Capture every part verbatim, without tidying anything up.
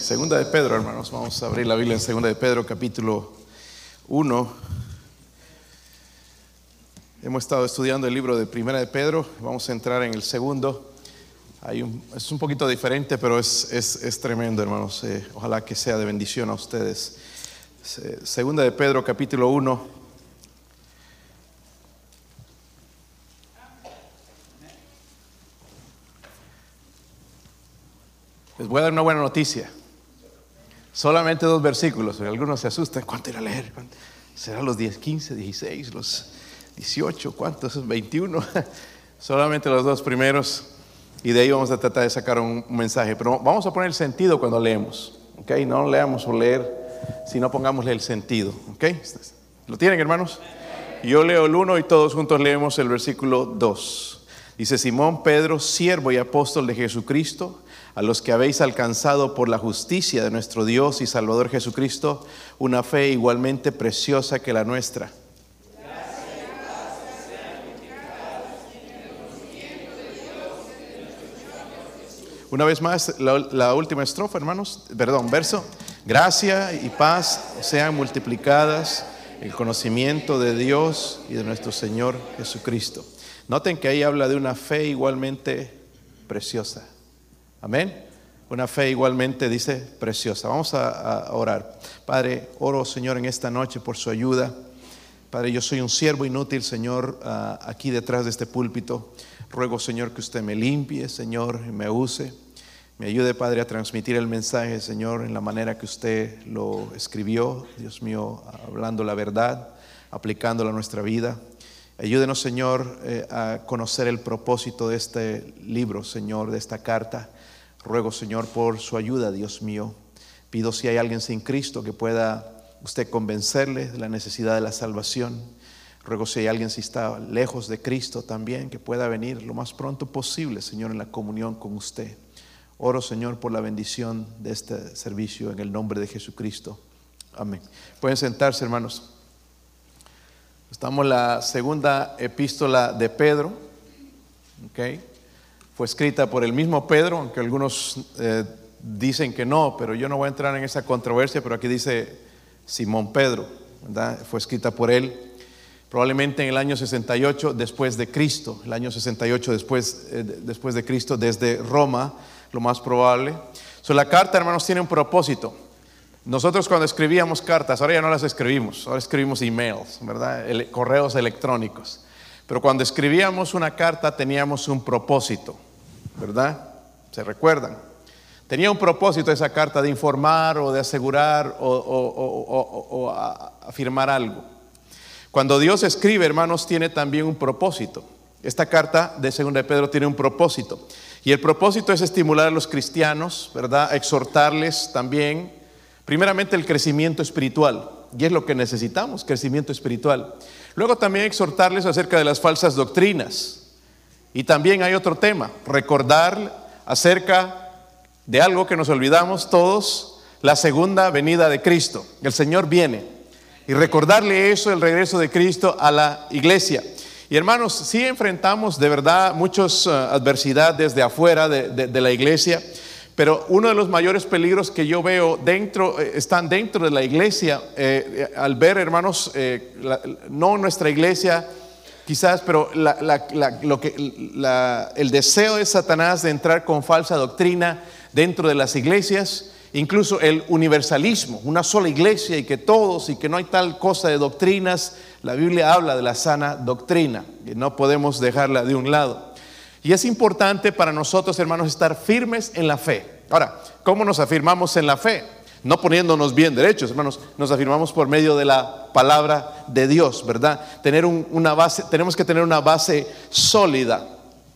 Segunda de Pedro, hermanos. Vamos a abrir la Biblia en Segunda de Pedro, capítulo uno. Hemos estado estudiando el libro de Primera de Pedro. Vamos a entrar en el segundo. Hay un, es un poquito diferente, pero es, es, es tremendo, hermanos. Eh, ojalá que sea de bendición a ustedes. Segunda de Pedro, capítulo uno. Les voy a dar una buena noticia. Solamente dos versículos. Algunos se asustan. ¿Cuánto irá a leer? ¿Cuánto? ¿Será los diez, quince, dieciséis, los dieciocho? ¿Cuántos? veintiuno. Solamente los dos primeros. Y de ahí vamos a tratar de sacar un, un mensaje. Pero vamos a poner el sentido cuando leemos. ¿Ok? No leamos por leer, sino pongámosle el sentido. ¿Ok? ¿Lo tienen, hermanos? Yo leo el uno y todos juntos leemos el versículo dos. Dice: Simón Pedro, siervo y apóstol de Jesucristo, a los que habéis alcanzado por la justicia de nuestro Dios y Salvador Jesucristo una fe igualmente preciosa que la nuestra. Una vez más, la, la última estrofa, hermanos, perdón, verso. Gracia y paz sean multiplicadas el conocimiento de Dios y de nuestro Señor Jesucristo. Noten que ahí habla de una fe igualmente preciosa. Amén. Una fe igualmente, dice, preciosa. Vamos a, a orar. Padre, oro, Señor, en esta noche por su ayuda. Padre, yo soy un siervo inútil, Señor, uh, aquí detrás de este púlpito. Ruego, Señor, que usted me limpie, Señor, y me use. Me ayude, Padre, a transmitir el mensaje, Señor, en la manera que usted lo escribió. Dios mío, hablando la verdad, aplicándola a nuestra vida. Ayúdenos, Señor, eh, a conocer el propósito de este libro, Señor, de esta carta. Ruego, Señor, por su ayuda, Dios mío. Pido, si hay alguien sin Cristo, que pueda usted convencerle de la necesidad de la salvación. Ruego, si hay alguien si está lejos de Cristo también, que pueda venir lo más pronto posible, Señor, en la comunión con usted. Oro, Señor, por la bendición de este servicio en el nombre de Jesucristo. Amén. Pueden sentarse, hermanos. Estamos en la segunda epístola de Pedro. Ok. Fue escrita por el mismo Pedro, aunque algunos eh, dicen que no, pero yo no voy a entrar en esa controversia, pero aquí dice Simón Pedro, ¿verdad? Fue escrita por él, probablemente en el año sesenta y ocho después de Cristo, el año sesenta y ocho después, eh, después de Cristo, desde Roma, lo más probable. So, la carta, hermanos, tiene un propósito. Nosotros cuando escribíamos cartas, ahora ya no las escribimos, ahora escribimos emails, ¿verdad? El, correos electrónicos. Pero cuando escribíamos una carta teníamos un propósito, ¿verdad? ¿Se recuerdan? Tenía un propósito esa carta de informar o de asegurar o, o, o, o, o a, afirmar algo. Cuando Dios escribe, hermanos, tiene también un propósito. Esta carta de Segunda de Pedro tiene un propósito. Y el propósito es estimular a los cristianos, ¿verdad? Exhortarles también, primeramente, el crecimiento espiritual. Y es lo que necesitamos, crecimiento espiritual. Luego también exhortarles acerca de las falsas doctrinas. Y también hay otro tema, recordar acerca de algo que nos olvidamos todos, la segunda venida de Cristo. El Señor viene. Y recordarle eso, el regreso de Cristo a la iglesia. Y hermanos, sí enfrentamos de verdad muchas uh, adversidades de afuera de, de, de la iglesia. Pero uno de los mayores peligros que yo veo dentro, eh, están dentro de la iglesia, eh, eh, al ver, hermanos, eh, la, no nuestra iglesia quizás, pero la, la, la, lo que, la, el deseo de Satanás de entrar con falsa doctrina dentro de las iglesias, incluso el universalismo, una sola iglesia y que todos, y que no hay tal cosa de doctrinas. La Biblia habla de la sana doctrina y no podemos dejarla de un lado. Y es importante para nosotros, hermanos, estar firmes en la fe. Ahora, ¿cómo nos afirmamos en la fe? No poniéndonos bien derechos, hermanos. Nos afirmamos por medio de la palabra de Dios, ¿verdad? Tener un, una base, tenemos que tener una base sólida.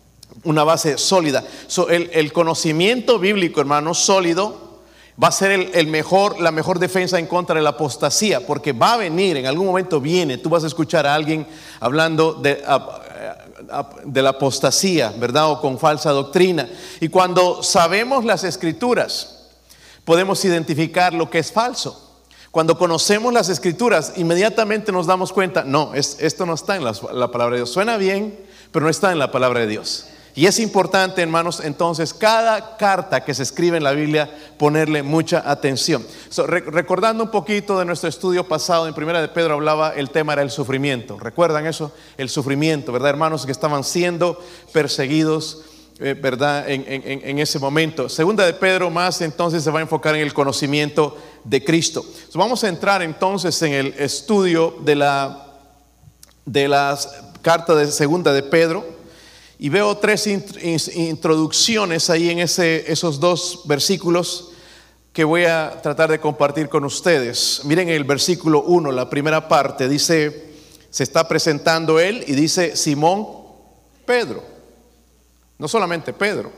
Una base sólida. So, el, el conocimiento bíblico, hermanos, sólido, va a ser el, el mejor, la mejor defensa en contra de la apostasía. Porque va a venir, en algún momento viene. Tú vas a escuchar a alguien hablando de... Uh, de la apostasía, ¿verdad? O con falsa doctrina. Y cuando sabemos las escrituras, podemos identificar lo que es falso. Cuando conocemos las escrituras, inmediatamente nos damos cuenta, no, es, esto no está en la, la palabra de Dios. Suena bien, pero no está en la palabra de Dios. Y es importante, hermanos, entonces, cada carta que se escribe en la Biblia, ponerle mucha atención. So, re- recordando un poquito de nuestro estudio pasado, en Primera de Pedro hablaba, el tema era el sufrimiento. ¿Recuerdan eso? El sufrimiento, ¿verdad, hermanos? Que estaban siendo perseguidos, eh, ¿verdad? En, en, en ese momento. Segunda de Pedro más, entonces, se va a enfocar en el conocimiento de Cristo. So, vamos a entrar, entonces, en el estudio de la, de las cartas de Segunda de Pedro. Y veo tres introducciones ahí en ese, esos dos versículos que voy a tratar de compartir con ustedes. Miren el versículo uno, la primera parte, dice, se está presentando él y dice Simón Pedro. No solamente Pedro,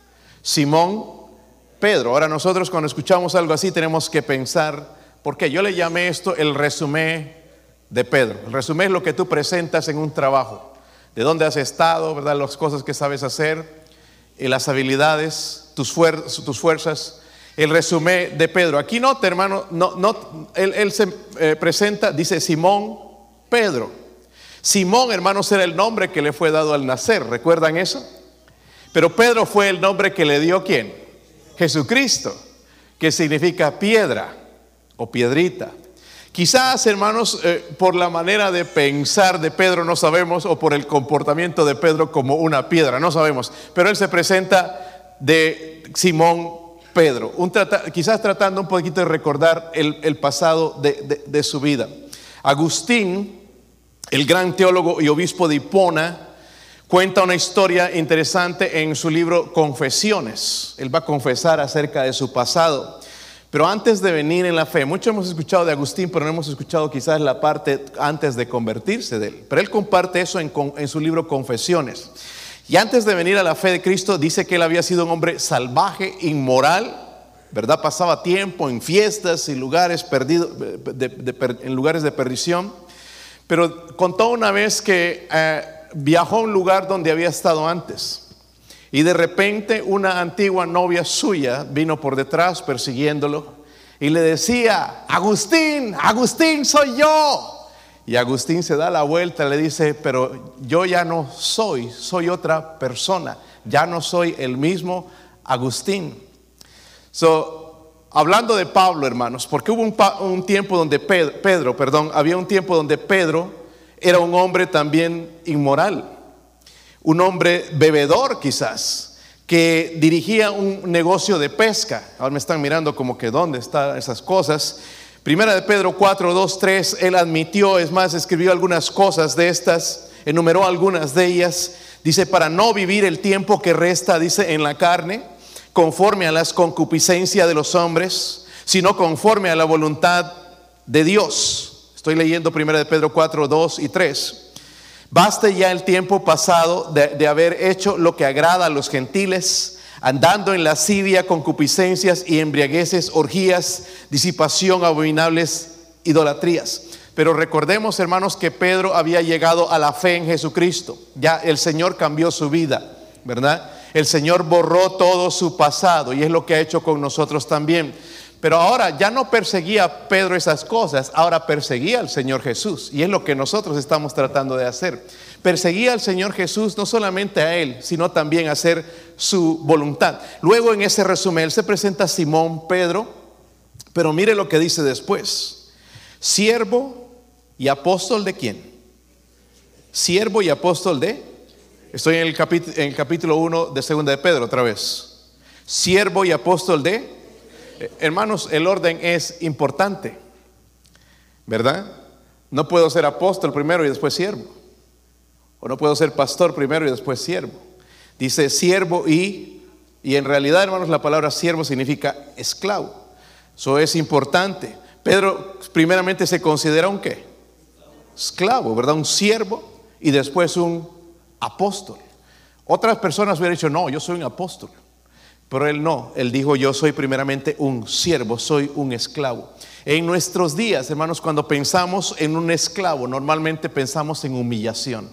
Simón Pedro. Ahora nosotros cuando escuchamos algo así tenemos que pensar, ¿por qué? Yo le llamé esto el resumen de Pedro. El resumen es lo que tú presentas en un trabajo. De dónde has estado, ¿verdad? Las cosas que sabes hacer, y las habilidades, tus, fuer tus fuerzas. El resumen de Pedro. Aquí nota, hermano, no, no, él, él se eh, presenta, dice Simón Pedro. Simón, hermanos, era el nombre que le fue dado al nacer. ¿Recuerdan eso? Pero Pedro fue el nombre que le dio ¿quién? Jesucristo, que significa piedra o piedrita. Quizás, hermanos, eh, por la manera de pensar de Pedro no sabemos, o por el comportamiento de Pedro como una piedra, no sabemos. Pero él se presenta de Simón Pedro, un trata, quizás tratando un poquito de recordar el, el pasado de, de, de su vida. Agustín, el gran teólogo y obispo de Hipona, cuenta una historia interesante en su libro Confesiones. Él va a confesar acerca de su pasado. Pero antes de venir en la fe, mucho hemos escuchado de Agustín, pero no hemos escuchado quizás la parte antes de convertirse de él. Pero él comparte eso en, en su libro Confesiones. Y antes de venir a la fe de Cristo, dice que él había sido un hombre salvaje, inmoral, ¿verdad? Pasaba tiempo en fiestas y lugares perdidos, de, de, de, en lugares de perdición. Pero contó una vez que eh, viajó a un lugar donde había estado antes. Y de repente una antigua novia suya vino por detrás persiguiéndolo y le decía, Agustín, Agustín, soy yo. Y Agustín se da la vuelta y le dice, pero yo ya no soy, soy otra persona, ya no soy el mismo Agustín. So, hablando de Pablo, hermanos, porque hubo un, un tiempo donde Pedro, Pedro, perdón, había un tiempo donde Pedro era un hombre también inmoral. Un hombre bebedor quizás, que dirigía un negocio de pesca. Ahora me están mirando como que ¿dónde están esas cosas? Primera de Pedro cuatro, dos, tres, él admitió, es más, escribió algunas cosas de estas, enumeró algunas de ellas. Dice, para no vivir el tiempo que resta, dice, en la carne, conforme a las concupiscencias de los hombres, sino conforme a la voluntad de Dios. Estoy leyendo Primera de Pedro cuatro, dos y tres. Baste ya el tiempo pasado de, de haber hecho lo que agrada a los gentiles, andando en lascivia, concupiscencias y embriagueces, orgías, disipación, abominables idolatrías. Pero recordemos, hermanos, que Pedro había llegado a la fe en Jesucristo. Ya el Señor cambió su vida, ¿verdad? El Señor borró todo su pasado y es lo que ha hecho con nosotros también. Pero ahora ya no perseguía Pedro esas cosas, ahora perseguía al Señor Jesús. Y es lo que nosotros estamos tratando de hacer. Perseguía al Señor Jesús, no solamente a Él, sino también a hacer su voluntad. Luego en ese resumen, Él se presenta a Simón Pedro, pero mire lo que dice después. Siervo y apóstol de ¿quién? Siervo y apóstol de... Estoy en el, capítulo, en el capítulo uno de Segunda de Pedro otra vez. Siervo y apóstol de... Hermanos, el orden es importante, ¿verdad? No puedo ser apóstol primero y después siervo. O no puedo ser pastor primero y después siervo. Dice siervo y, y en realidad, hermanos, la palabra siervo significa esclavo. Eso es importante. Pedro primeramente se considera un ¿qué? Esclavo, ¿verdad? Un siervo y después un apóstol. Otras personas hubieran dicho, no, yo soy un apóstol. Pero él no, él dijo, yo soy primeramente un siervo, soy un esclavo. En nuestros días, hermanos, cuando pensamos en un esclavo, normalmente pensamos en humillación,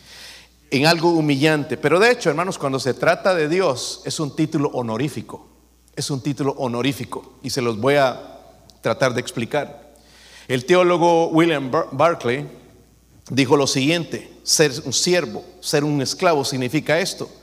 en algo humillante. Pero de hecho, hermanos, cuando se trata de Dios, es un título honorífico, es un título honorífico. Y se los voy a tratar de explicar. El teólogo William Barclay dijo lo siguiente, ser un siervo, ser un esclavo significa esto.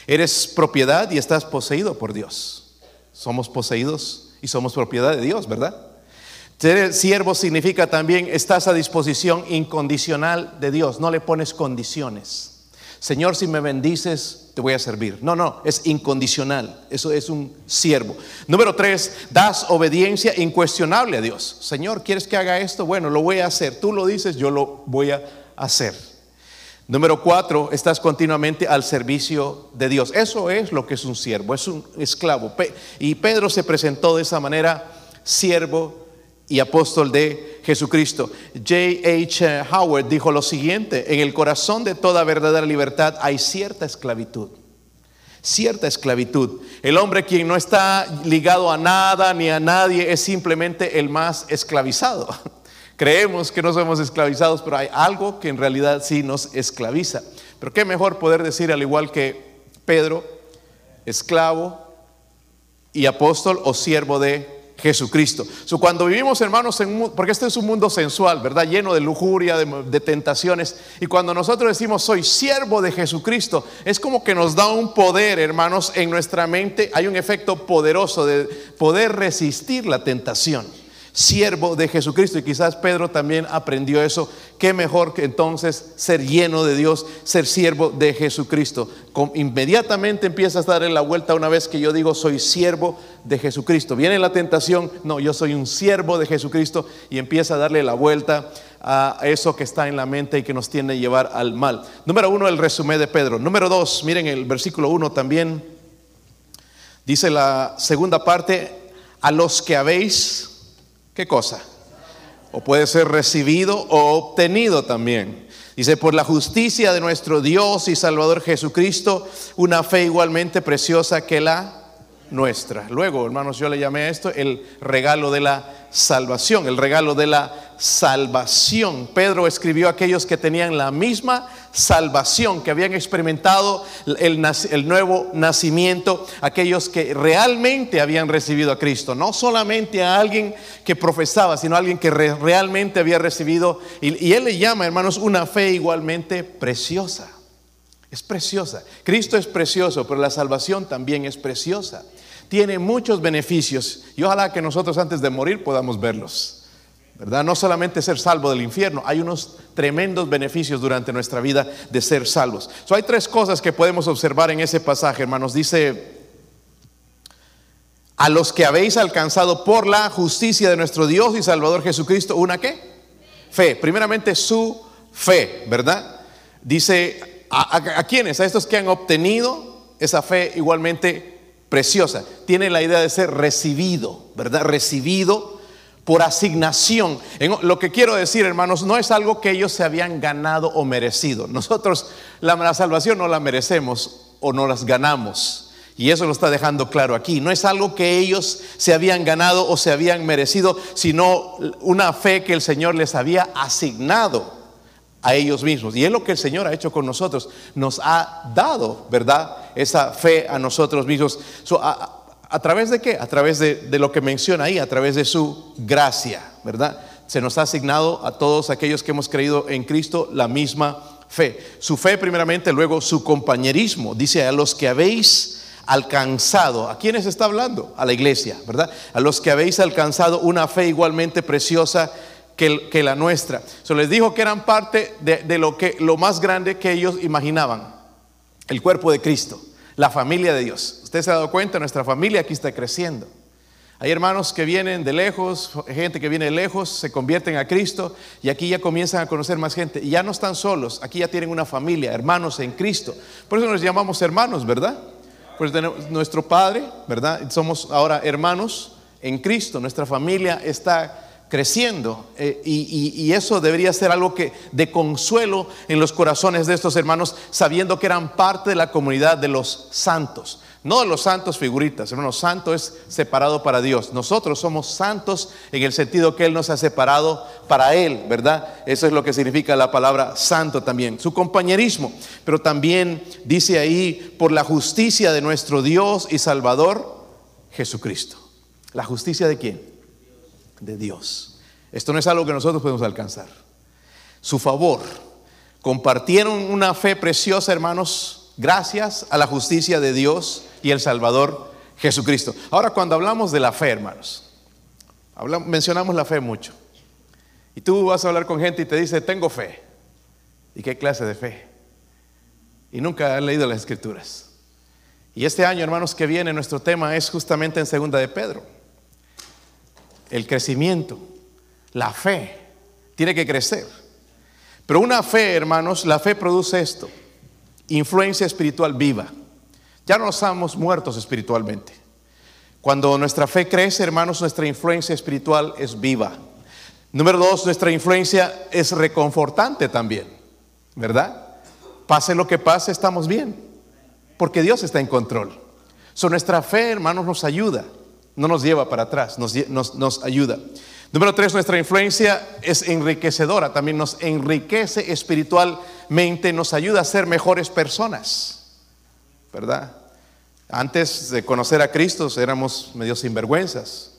Eres propiedad y estás poseído por Dios. Somos poseídos y somos propiedad de Dios, ¿verdad? Ser siervo significa también estás a disposición incondicional de Dios. No le pones condiciones. Señor, si me bendices, te voy a servir. No, no, es incondicional. Eso es un siervo. Número tres, das obediencia incuestionable a Dios. Señor, ¿quieres que haga esto? Bueno, lo voy a hacer. Tú lo dices, yo lo voy a hacer. Número cuatro, estás continuamente al servicio de Dios. Eso es lo que es un siervo, es un esclavo. Y Pedro se presentó de esa manera, siervo y apóstol de Jesucristo. J H Howard dijo lo siguiente: en el corazón de toda verdadera libertad hay cierta esclavitud. Cierta esclavitud. El hombre quien no está ligado a nada ni a nadie es simplemente el más esclavizado. Creemos que no somos esclavizados, pero hay algo que en realidad sí nos esclaviza. Pero qué mejor poder decir, al igual que Pedro, esclavo y apóstol o siervo de Jesucristo. So, cuando vivimos, hermanos, en un, porque este es un mundo sensual, ¿verdad? Lleno de lujuria, de, de tentaciones. Y cuando nosotros decimos soy siervo de Jesucristo, es como que nos da un poder, hermanos, en nuestra mente. Hay un efecto poderoso de poder resistir la tentación. Siervo de Jesucristo. Y quizás Pedro también aprendió eso. Qué mejor que entonces ser lleno de Dios, ser siervo de Jesucristo. Con, inmediatamente empiezas a darle la vuelta una vez que yo digo soy siervo de Jesucristo. Viene la tentación, no, yo soy un siervo de Jesucristo, y empieza a darle la vuelta a eso que está en la mente y que nos tiende a llevar al mal. Número uno, el resumen de Pedro. Número dos, miren el versículo uno también. Dice la segunda parte: a los que habéis, ¿qué cosa? O puede ser recibido o obtenido también. Dice, por la justicia de nuestro Dios y Salvador Jesucristo, una fe igualmente preciosa que la nuestra. Luego, hermanos, yo le llamé a esto el regalo de la salvación, el regalo de la salvación. Pedro escribió a aquellos que tenían la misma salvación, que habían experimentado el, el nuevo nacimiento, aquellos que realmente habían recibido a Cristo, no solamente a alguien que profesaba, sino a alguien que re, realmente había recibido. Y, y él le llama, hermanos, una fe igualmente preciosa. Es preciosa. Cristo es precioso, pero la salvación también es preciosa. Tiene muchos beneficios y ojalá que nosotros antes de morir podamos verlos, ¿verdad? No solamente ser salvo del infierno, hay unos tremendos beneficios durante nuestra vida de ser salvos. So, hay tres cosas que podemos observar en ese pasaje, hermanos. Dice, a los que habéis alcanzado por la justicia de nuestro Dios y Salvador Jesucristo, ¿una qué? Fe. Primeramente su fe, ¿verdad? Dice, ¿a, a, a quiénes? A estos que han obtenido esa fe igualmente preciosa. Tiene la idea de ser recibido, ¿verdad? Recibido por asignación. En, lo que quiero decir, hermanos, no es algo que ellos se habían ganado o merecido. Nosotros la, la salvación no la merecemos o no las ganamos. Y eso lo está dejando claro aquí. No es algo que ellos se habían ganado o se habían merecido, sino una fe que el Señor les había asignado a ellos mismos. Y es lo que el Señor ha hecho con nosotros. Nos ha dado, ¿verdad?, esa fe a nosotros mismos. So, a, a través de qué? A través de, de lo que menciona ahí, a través de su gracia, ¿verdad? Se nos ha asignado a todos aquellos que hemos creído en Cristo la misma fe. Su fe primeramente, luego su compañerismo. Dice, a los que habéis alcanzado. ¿A quiénes está hablando? A la iglesia, ¿verdad? A los que habéis alcanzado una fe igualmente preciosa que, que la nuestra. Se les dijo que eran parte de, de lo, que, lo más grande que ellos imaginaban. El cuerpo de Cristo, la familia de Dios. Usted se ha dado cuenta, nuestra familia aquí está creciendo. Hay hermanos que vienen de lejos, gente que viene de lejos, se convierten a Cristo y aquí ya comienzan a conocer más gente. Y ya no están solos, aquí ya tienen una familia, hermanos en Cristo. Por eso nos llamamos hermanos, ¿verdad? Pues tenemos nuestro Padre, ¿verdad? Somos ahora hermanos en Cristo. Nuestra familia está creciendo eh, y, y, y eso debería ser algo que de consuelo en los corazones de estos hermanos, sabiendo que eran parte de la comunidad de los santos. No de los santos figuritas, hermanos. Santo es separado para Dios. Nosotros somos santos en el sentido que Él nos ha separado para Él, ¿verdad? Eso es lo que significa la palabra santo también. Su compañerismo, pero también dice ahí, por la justicia de nuestro Dios y Salvador Jesucristo. ¿La justicia de quién? De Dios. Esto no es algo que nosotros podemos alcanzar. Su favor. Compartieron una fe preciosa, hermanos, gracias a la justicia de Dios y el Salvador Jesucristo. Ahora, cuando hablamos de la fe, hermanos, hablamos, mencionamos la fe mucho. Y tú vas a hablar con gente y te dice, tengo fe. ¿Y qué clase de fe? Y nunca han leído las Escrituras. Y este año, hermanos, que viene, nuestro tema es justamente en Segunda de Pedro. El crecimiento, la fe, tiene que crecer. Pero una fe, hermanos, la fe produce esto: influencia espiritual viva. Ya no estamos muertos espiritualmente. Cuando nuestra fe crece, hermanos, nuestra influencia espiritual es viva. Número dos, nuestra influencia es reconfortante también, ¿verdad? Pase lo que pase, estamos bien, porque Dios está en control. So, nuestra fe, hermanos, nos ayuda, no nos lleva para atrás, nos, nos, nos ayuda. Número tres, nuestra influencia es enriquecedora, también nos enriquece espiritualmente, nos ayuda a ser mejores personas, ¿verdad? Antes de conocer a Cristo éramos medio sinvergüenzas,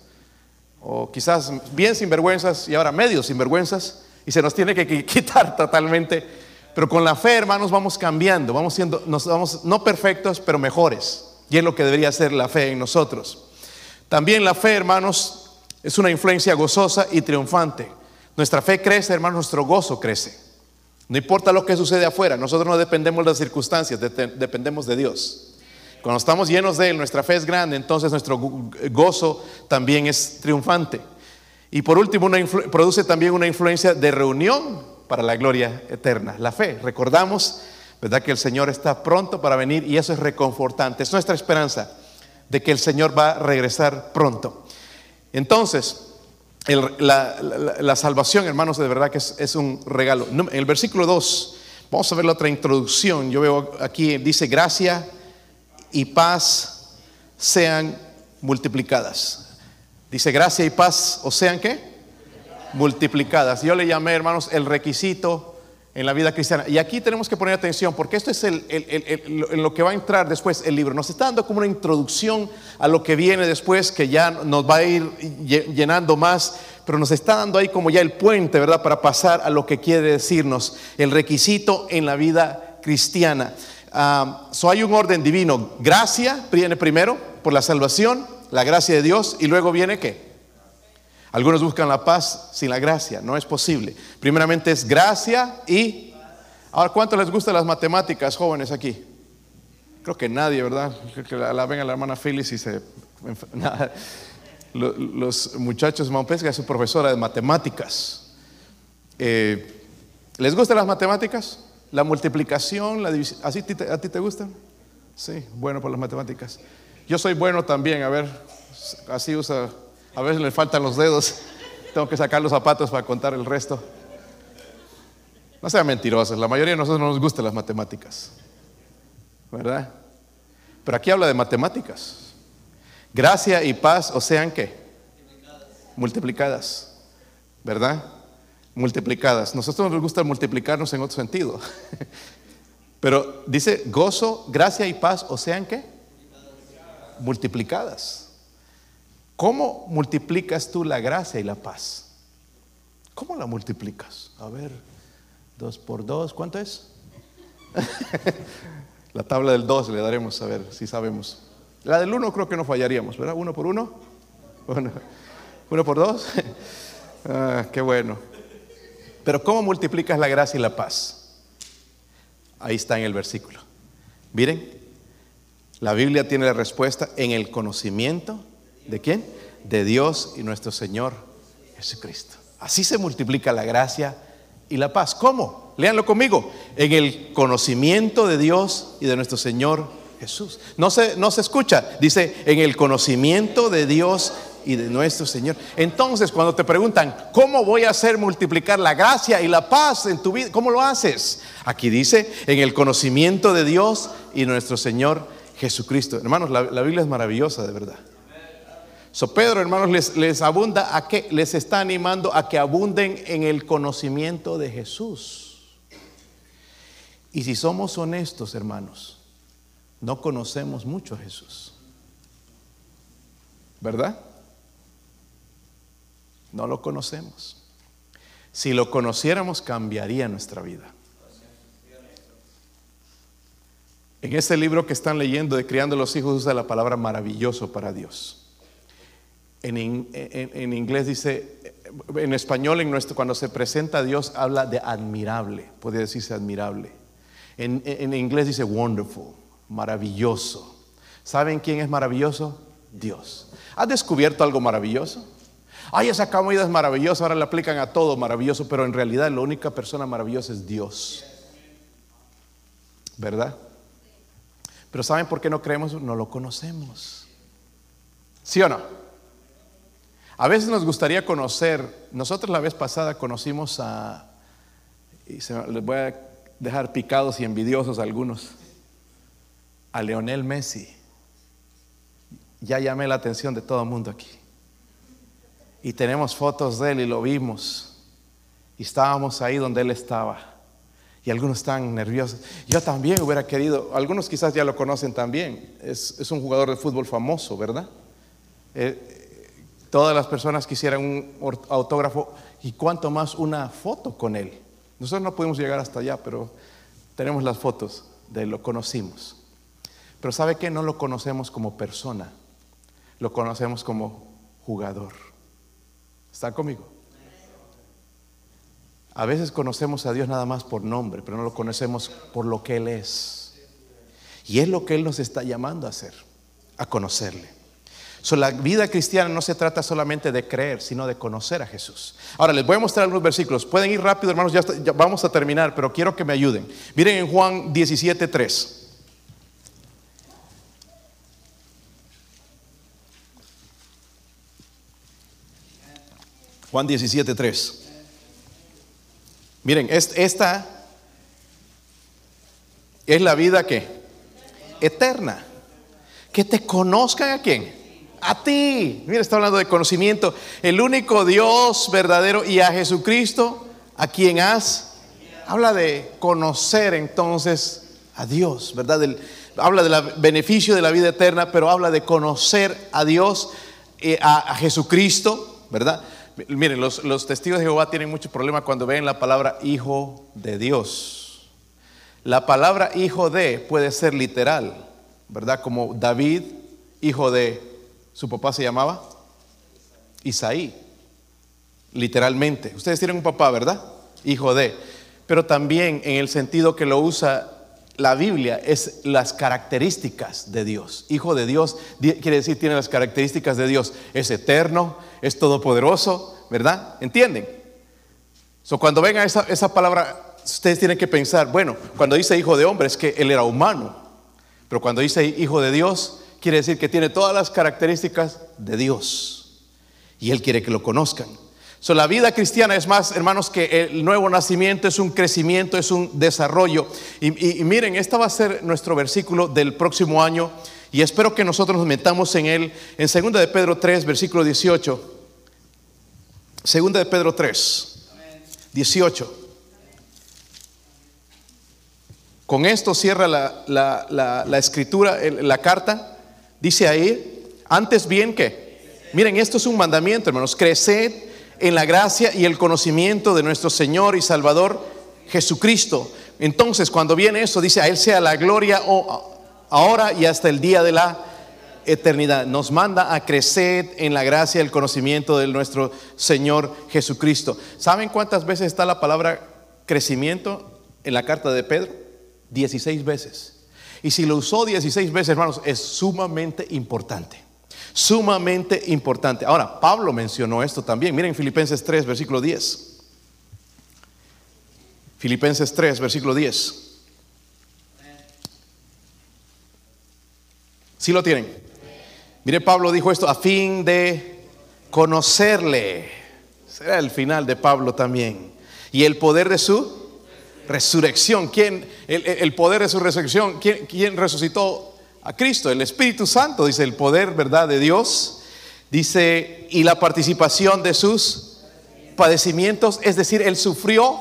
o quizás bien sinvergüenzas y ahora medio sinvergüenzas, y se nos tiene que quitar totalmente. Pero con la fe, hermanos, vamos cambiando, vamos siendo, nos vamos no perfectos, pero mejores, y es lo que debería ser la fe en nosotros. También la fe, hermanos, es una influencia gozosa y triunfante. Nuestra fe crece, hermanos, nuestro gozo crece. No importa lo que sucede afuera, nosotros no dependemos de las circunstancias, dependemos de Dios. Cuando estamos llenos de Él, nuestra fe es grande, entonces nuestro gozo también es triunfante. Y por último, una produce también una influencia de reunión para la gloria eterna. La fe, recordamos, ¿verdad?, que el Señor está pronto para venir, y eso es reconfortante. Es nuestra esperanza de que el Señor va a regresar pronto. Entonces, el, la, la, la salvación, hermanos, de verdad que es, es un regalo. En el versículo dos, vamos a ver la otra introducción. Yo veo aquí, dice, gracia y paz sean multiplicadas. Dice, gracia y paz, ¿o sean qué? Multiplicadas. Yo le llamé, hermanos, el requisito en la vida cristiana. Y aquí tenemos que poner atención, porque esto es el, el, el, el, en lo que va a entrar después el libro. Nos está dando como una introducción a lo que viene después, que ya nos va a ir llenando más, pero nos está dando ahí como ya el puente, ¿verdad?, para pasar a lo que quiere decirnos el requisito en la vida cristiana. Uh, so hay un orden divino. Gracia viene primero por la salvación, la gracia de Dios, y luego viene ¿qué? Algunos buscan la paz sin la gracia, no es posible. Primeramente es gracia y... Ahora, ¿cuánto les gustan las matemáticas, jóvenes, aquí? Creo que nadie, ¿verdad? Que la, la ven a la hermana Phyllis y se... Nada. Los muchachos, Maupesca es su profesora de matemáticas. Eh, ¿Les gustan las matemáticas? La multiplicación, la división. ¿Así te, a ti te gustan? Sí, bueno por las matemáticas. Yo soy bueno también, a ver, así usa... A veces le faltan los dedos, tengo que sacar los zapatos para contar el resto. No sean mentirosos, la mayoría de nosotros no nos gustan las matemáticas, ¿verdad? Pero aquí habla de matemáticas. Gracia y paz, o sean ¿qué? Multiplicadas, ¿verdad? Multiplicadas. Nosotros nos gusta multiplicarnos en otro sentido. Pero dice gozo, gracia y paz, o sean ¿qué? Multiplicadas. ¿Cómo multiplicas tú la gracia y la paz? ¿Cómo la multiplicas? A ver, dos por dos, ¿cuánto es? La tabla del dos le daremos, a ver si sabemos. La del uno creo que no fallaríamos, ¿verdad? Uno por uno. Uno, uno por dos. Ah, qué bueno. Pero ¿cómo multiplicas la gracia y la paz? Ahí está en el versículo. Miren, la Biblia tiene la respuesta en el conocimiento. ¿De quién? De Dios y nuestro Señor Jesucristo. Así se multiplica la gracia y la paz. ¿Cómo? Léanlo conmigo. En el conocimiento de Dios y de nuestro Señor Jesús. No se, no se escucha. Dice, en el conocimiento de Dios y de nuestro Señor. Entonces, cuando te preguntan, ¿cómo voy a hacer multiplicar la gracia y la paz en tu vida? ¿Cómo lo haces? Aquí dice, en el conocimiento de Dios y nuestro Señor Jesucristo. Hermanos, la, la Biblia es maravillosa, de verdad. So Pedro, hermanos, les, les abunda a que les está animando a que abunden en el conocimiento de Jesús. Y si somos honestos, hermanos, no conocemos mucho a Jesús, ¿verdad? No lo conocemos. Si lo conociéramos, cambiaría nuestra vida. En este libro que están leyendo de Criando a los Hijos usa la palabra maravilloso para Dios. En, en, en inglés dice, en español en nuestro, cuando se presenta a Dios habla de admirable, puede decirse admirable. En, en inglés dice wonderful, maravilloso. ¿Saben quién es maravilloso? Dios. ¿Has descubierto algo maravilloso? Ay, esa comida es maravillosa, ahora le aplican a todo maravilloso, pero en realidad la única persona maravillosa es Dios. ¿Verdad? Pero ¿saben por qué no creemos? No lo conocemos. ¿Sí o no? A veces nos gustaría conocer. Nosotros la vez pasada conocimos a, y se, les voy a dejar picados y envidiosos a algunos, a Lionel Messi. Ya llamé la atención de todo el mundo aquí. Y tenemos fotos de él y lo vimos. Y estábamos ahí donde él estaba. Y algunos están nerviosos. Yo también hubiera querido, algunos quizás ya lo conocen también. Es, es un jugador de fútbol famoso, ¿verdad? Eh, todas las personas quisieran un autógrafo y cuanto más una foto con él. Nosotros no pudimos llegar hasta allá, pero tenemos las fotos de él, lo conocimos. Pero ¿sabe qué? No lo conocemos como persona, lo conocemos como jugador. ¿Están conmigo? A veces conocemos a Dios nada más por nombre, pero no lo conocemos por lo que Él es. Y es lo que Él nos está llamando a hacer, a conocerle. So, la vida cristiana no se trata solamente de creer, sino de conocer a Jesús. Ahora les voy a mostrar algunos versículos. Pueden ir rápido, hermanos, ya, está, ya vamos a terminar, pero quiero que me ayuden. Miren en Juan diecisiete tres. Juan diecisiete tres. Miren, esta es la vida que eterna, que te conozcan. ¿A quién? A ti. Mira, está hablando de conocimiento, el único Dios verdadero, y a Jesucristo, a quien has. Habla de conocer entonces a Dios, ¿verdad? Del, habla del beneficio de la vida eterna, pero habla de conocer a Dios, eh, a, a Jesucristo, ¿verdad? Miren, los, los testigos de Jehová tienen mucho problema cuando ven la palabra hijo de Dios. La palabra hijo de puede ser literal, ¿verdad? Como David, hijo de, su papá se llamaba Isaí, literalmente. Ustedes tienen un papá, ¿verdad? Hijo de. Pero también en el sentido que lo usa la Biblia es las características de Dios. Hijo de Dios quiere decir tiene las características de Dios. Es eterno, es todopoderoso, ¿verdad? ¿Entienden? So, cuando venga esa, esa palabra, ustedes tienen que pensar, bueno, cuando dice hijo de hombre es que él era humano. Pero cuando dice hijo de Dios, quiere decir que tiene todas las características de Dios. Y él quiere que lo conozcan. So, la vida cristiana es más, hermanos, que el nuevo nacimiento, es un crecimiento, es un desarrollo. Y, y, y miren, este va a ser nuestro versículo del próximo año. Y espero que nosotros nos metamos en él. En segunda de Pedro tres, versículo dieciocho. segunda de Pedro tres, dieciocho. Con esto cierra la, la, la, la escritura, la carta. Dice ahí, antes bien que, miren, esto es un mandamiento, hermanos, creced en la gracia y el conocimiento de nuestro Señor y Salvador Jesucristo. Entonces, cuando viene eso, dice, a Él sea la gloria ahora y hasta el día de la eternidad. Nos manda a crecer en la gracia y el conocimiento de nuestro Señor Jesucristo. ¿Saben cuántas veces está la palabra crecimiento en la carta de Pedro? dieciséis veces. Y si lo usó dieciséis veces, hermanos, es sumamente importante. Sumamente importante. Ahora, Pablo mencionó esto también. Miren Filipenses tres, versículo diez. Filipenses tres, versículo diez. ¿Sí lo tienen? Mire, Pablo dijo esto, a fin de conocerle. Será el final de Pablo también. Y el poder de su resurrección. ¿Quién? El, el poder de su resurrección. ¿Quién, quién resucitó a Cristo? El Espíritu Santo, dice, el poder, ¿verdad?, de Dios. Dice, y la participación de sus padecimientos, es decir, Él sufrió,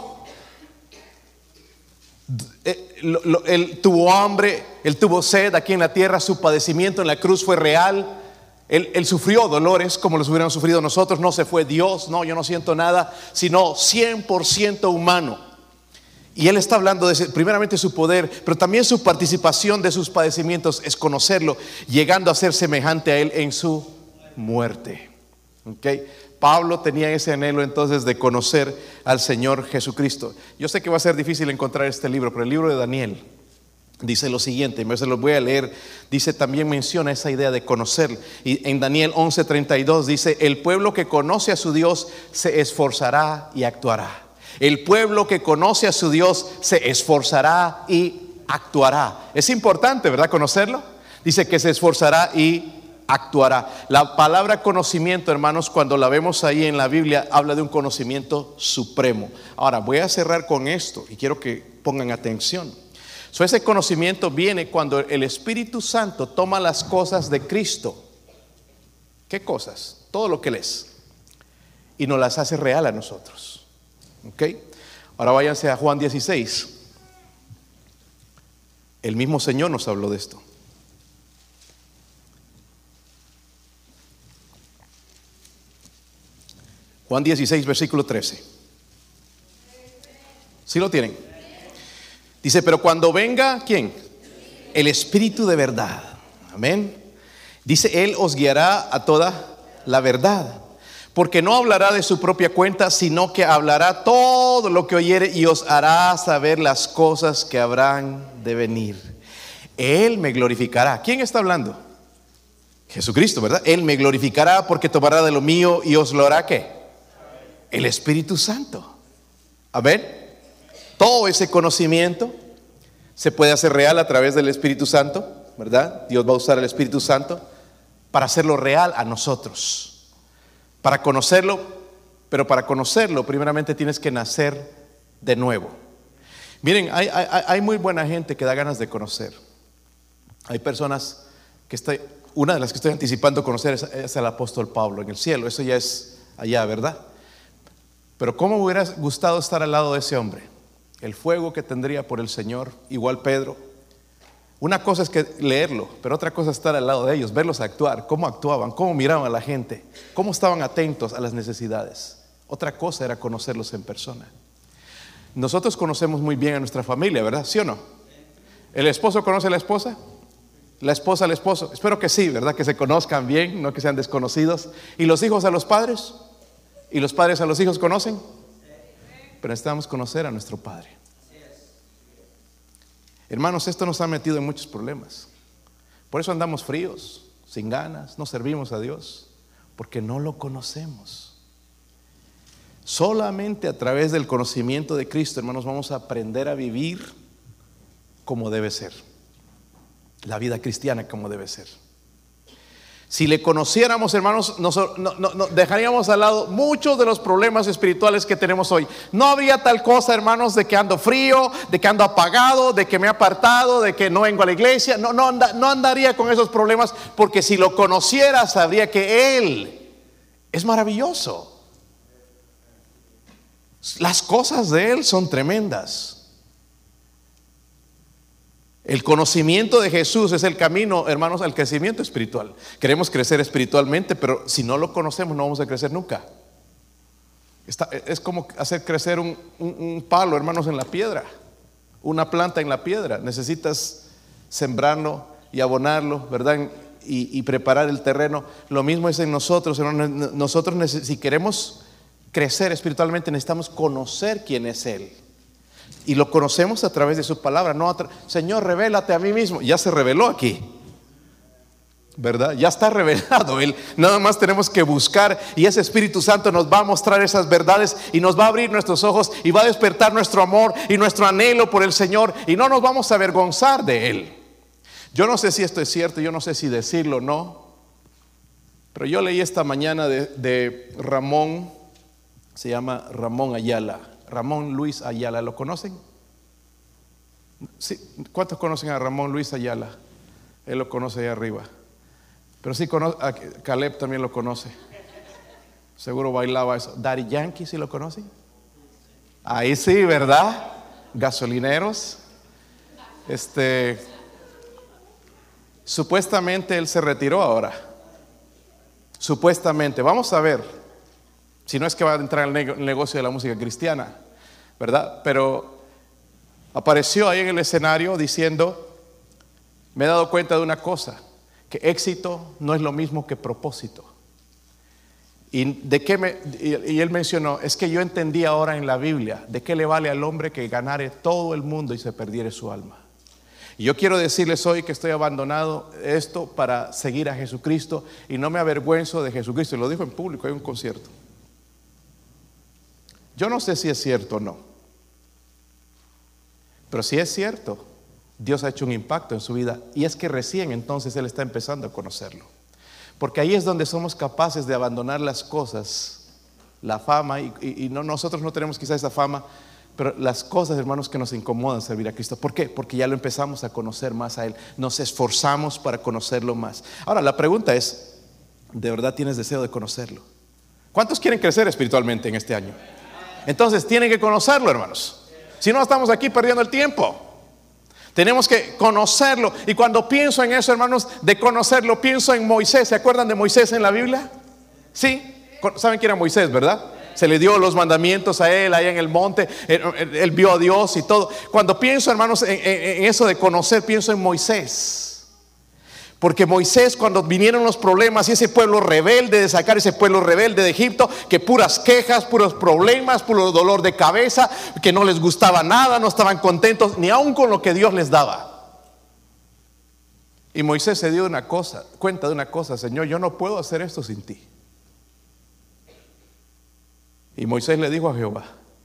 él, él tuvo hambre, Él tuvo sed aquí en la tierra, su padecimiento en la cruz fue real. Él, él sufrió dolores como los hubiéramos sufrido nosotros. No se fue Dios, no, yo no siento nada, sino cien por ciento humano. Y él está hablando de primeramente su poder, pero también su participación de sus padecimientos es conocerlo, llegando a ser semejante a él en su muerte. ¿Okay? Pablo tenía ese anhelo entonces de conocer al Señor Jesucristo. Yo sé que va a ser difícil encontrar este libro, pero el libro de Daniel dice lo siguiente, me se los voy a leer. Dice, también menciona esa idea de conocer. Y en Daniel once treinta y dos dice, el pueblo que conoce a su Dios se esforzará y actuará. El pueblo que conoce a su Dios se esforzará y actuará. Es importante, ¿verdad? Conocerlo. Dice que se esforzará y actuará. La palabra conocimiento, hermanos, cuando la vemos ahí en la Biblia, habla de un conocimiento supremo. Ahora voy a cerrar con esto y quiero que pongan atención. So, ese conocimiento viene cuando el Espíritu Santo toma las cosas de Cristo. ¿Qué cosas? Todo lo que Él es, y nos las hace real a nosotros. ¿Ok? Ahora váyanse a Juan dieciséis. El mismo Señor nos habló de esto. Juan dieciséis, versículo trece. ¿Sí lo tienen? Dice, pero cuando venga, ¿quién? El Espíritu de verdad. Amén. Dice, Él os guiará a toda la verdad. Porque no hablará de su propia cuenta, sino que hablará todo lo que oyere y os hará saber las cosas que habrán de venir. Él me glorificará. ¿Quién está hablando? Jesucristo, ¿verdad? Él me glorificará porque tomará de lo mío y os lo hará, ¿qué? El Espíritu Santo. Amén. Todo ese conocimiento se puede hacer real a través del Espíritu Santo, ¿verdad? Dios va a usar el Espíritu Santo para hacerlo real a nosotros. Para conocerlo, pero para conocerlo primeramente tienes que nacer de nuevo. Miren, hay, hay, hay muy buena gente que da ganas de conocer. Hay personas que estoy, una de las que estoy anticipando conocer es, es el apóstol Pablo en el cielo. Eso ya es allá, ¿verdad? Pero ¿cómo me hubiera gustado estar al lado de ese hombre? El fuego que tendría por el Señor, igual Pedro. Una cosa es que leerlo, pero otra cosa es estar al lado de ellos, verlos actuar, cómo actuaban, cómo miraban a la gente, cómo estaban atentos a las necesidades. Otra cosa era conocerlos en persona. Nosotros conocemos muy bien a nuestra familia, ¿verdad? ¿Sí o no? ¿El esposo conoce a la esposa? ¿La esposa al esposo? Espero que sí, ¿verdad? Que se conozcan bien, no que sean desconocidos. ¿Y los hijos a los padres? ¿Y los padres a los hijos conocen? Pero necesitamos conocer a nuestro Padre. Hermanos, esto nos ha metido en muchos problemas. Por eso andamos fríos, sin ganas, no servimos a Dios, porque no lo conocemos. Solamente a través del conocimiento de Cristo, hermanos, vamos a aprender a vivir como debe ser. La vida cristiana como debe ser. Si le conociéramos, hermanos, nos, no, no, no, dejaríamos al lado muchos de los problemas espirituales que tenemos hoy. No habría tal cosa, hermanos, de que ando frío, de que ando apagado, de que me he apartado, de que no vengo a la iglesia. No, no, anda, no andaría con esos problemas, porque si lo conociera sabría que Él es maravilloso. Las cosas de Él son tremendas. El conocimiento de Jesús es el camino, hermanos, al crecimiento espiritual. Queremos crecer espiritualmente, pero si no lo conocemos no vamos a crecer nunca. Está, es como hacer crecer un, un, un palo, hermanos, en la piedra. Una planta en la piedra. Necesitas sembrarlo y abonarlo, ¿verdad? Y, y preparar el terreno. Lo mismo es en nosotros, hermanos. Nosotros, si queremos crecer espiritualmente, necesitamos conocer quién es Él. Y lo conocemos a través de su palabra. No tra- Señor, revélate a mí mismo. Ya se reveló aquí, ¿verdad? Ya está revelado Él. Nada más tenemos que buscar, y ese Espíritu Santo nos va a mostrar esas verdades y nos va a abrir nuestros ojos y va a despertar nuestro amor y nuestro anhelo por el Señor, y no nos vamos a avergonzar de Él. Yo no sé si esto es cierto, yo no sé si decirlo o no, pero yo leí esta mañana de, de Ramón, se llama Ramón Ayala. Ramón Luis Ayala, ¿lo conocen? Sí. ¿Cuántos conocen a Ramón Luis Ayala? Él lo conoce ahí arriba. Pero sí, conoce, a Caleb también lo conoce. Seguro bailaba eso. Daddy Yankee, ¿sí lo conocen? Ahí sí, ¿verdad? Gasolineros. Este, supuestamente él se retiró ahora. Supuestamente, vamos a ver. Si no es que va a entrar en el negocio de la música cristiana, ¿verdad? Pero apareció ahí en el escenario diciendo: me he dado cuenta de una cosa, que éxito no es lo mismo que propósito. Y, de qué me, y, y él mencionó, es que yo entendí ahora en la Biblia, de qué le vale al hombre que ganare todo el mundo y se perdiere su alma. Y yo quiero decirles hoy que estoy abandonado esto para seguir a Jesucristo y no me avergüenzo de Jesucristo. Y lo dijo en público, hay un concierto. Yo no sé si es cierto o no, pero si es cierto, Dios ha hecho un impacto en su vida, y es que recién entonces Él está empezando a conocerlo. Porque ahí es donde somos capaces de abandonar las cosas, la fama, y, y, y no, nosotros no tenemos quizás esa fama, pero las cosas, hermanos, que nos incomodan servir a Cristo. ¿Por qué? Porque ya lo empezamos a conocer más a Él, nos esforzamos para conocerlo más. Ahora la pregunta es, ¿de verdad tienes deseo de conocerlo? ¿Cuántos quieren crecer espiritualmente en este año? Entonces tienen que conocerlo, hermanos. Si no, estamos aquí perdiendo el tiempo. Tenemos que conocerlo. Y cuando pienso en eso, hermanos, de conocerlo, pienso en Moisés. ¿Se acuerdan de Moisés en la Biblia? Sí. ¿Saben quién era Moisés, verdad? Se le dio los mandamientos a él allá en el monte. Él, él, él vio a Dios y todo. Cuando pienso, hermanos, en, en, en eso de conocer, pienso en Moisés. Porque Moisés, cuando vinieron los problemas y ese pueblo rebelde, de sacar ese pueblo rebelde de Egipto, que puras quejas, puros problemas, puro dolor de cabeza, que no les gustaba nada, no estaban contentos ni aun con lo que Dios les daba. Y Moisés se dio una cosa, cuenta de una cosa: Señor, yo no puedo hacer esto sin ti. Y Moisés le dijo a Jehová: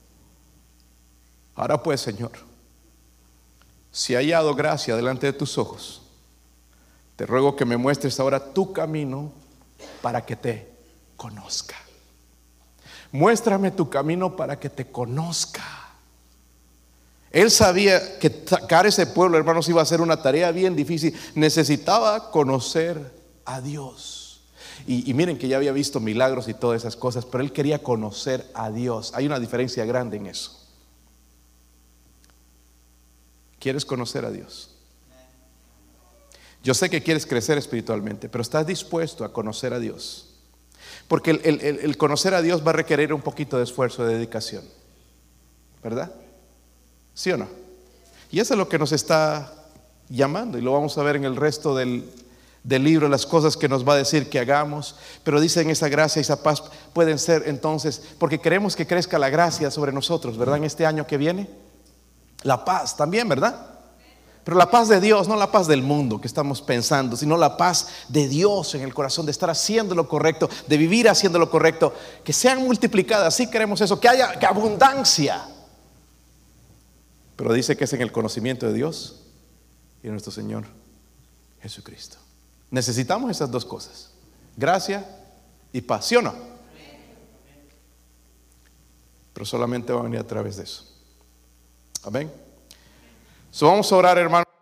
ahora pues, Señor, si he hallado gracia delante de tus ojos, te ruego que me muestres ahora tu camino para que te conozca. Muéstrame tu camino para que te conozca. Él sabía que sacar ese pueblo, hermanos, iba a ser una tarea bien difícil. Necesitaba conocer a Dios. Y, y miren que ya había visto milagros y todas esas cosas, pero él quería conocer a Dios. Hay una diferencia grande en eso. ¿Quieres conocer a Dios? Yo sé que quieres crecer espiritualmente, pero ¿estás dispuesto a conocer a Dios? Porque el, el, el conocer a Dios va a requerir un poquito de esfuerzo, de dedicación, ¿verdad? ¿Sí o no? Y eso es lo que nos está llamando, y lo vamos a ver en el resto del, del libro, las cosas que nos va a decir que hagamos. Pero dicen, esa gracia y esa paz pueden ser entonces, porque queremos que crezca la gracia sobre nosotros, ¿verdad? En este año que viene, la paz también, ¿verdad? Pero la paz de Dios, no la paz del mundo que estamos pensando, sino la paz de Dios en el corazón, de estar haciendo lo correcto, de vivir haciendo lo correcto, que sean multiplicadas. Sí queremos eso, que haya que abundancia. Pero dice que es en el conocimiento de Dios y de nuestro Señor Jesucristo. Necesitamos esas dos cosas: gracia y paz, ¿sí o no? Pero solamente va a venir a través de eso. Amén. So, vamos a orar, hermano.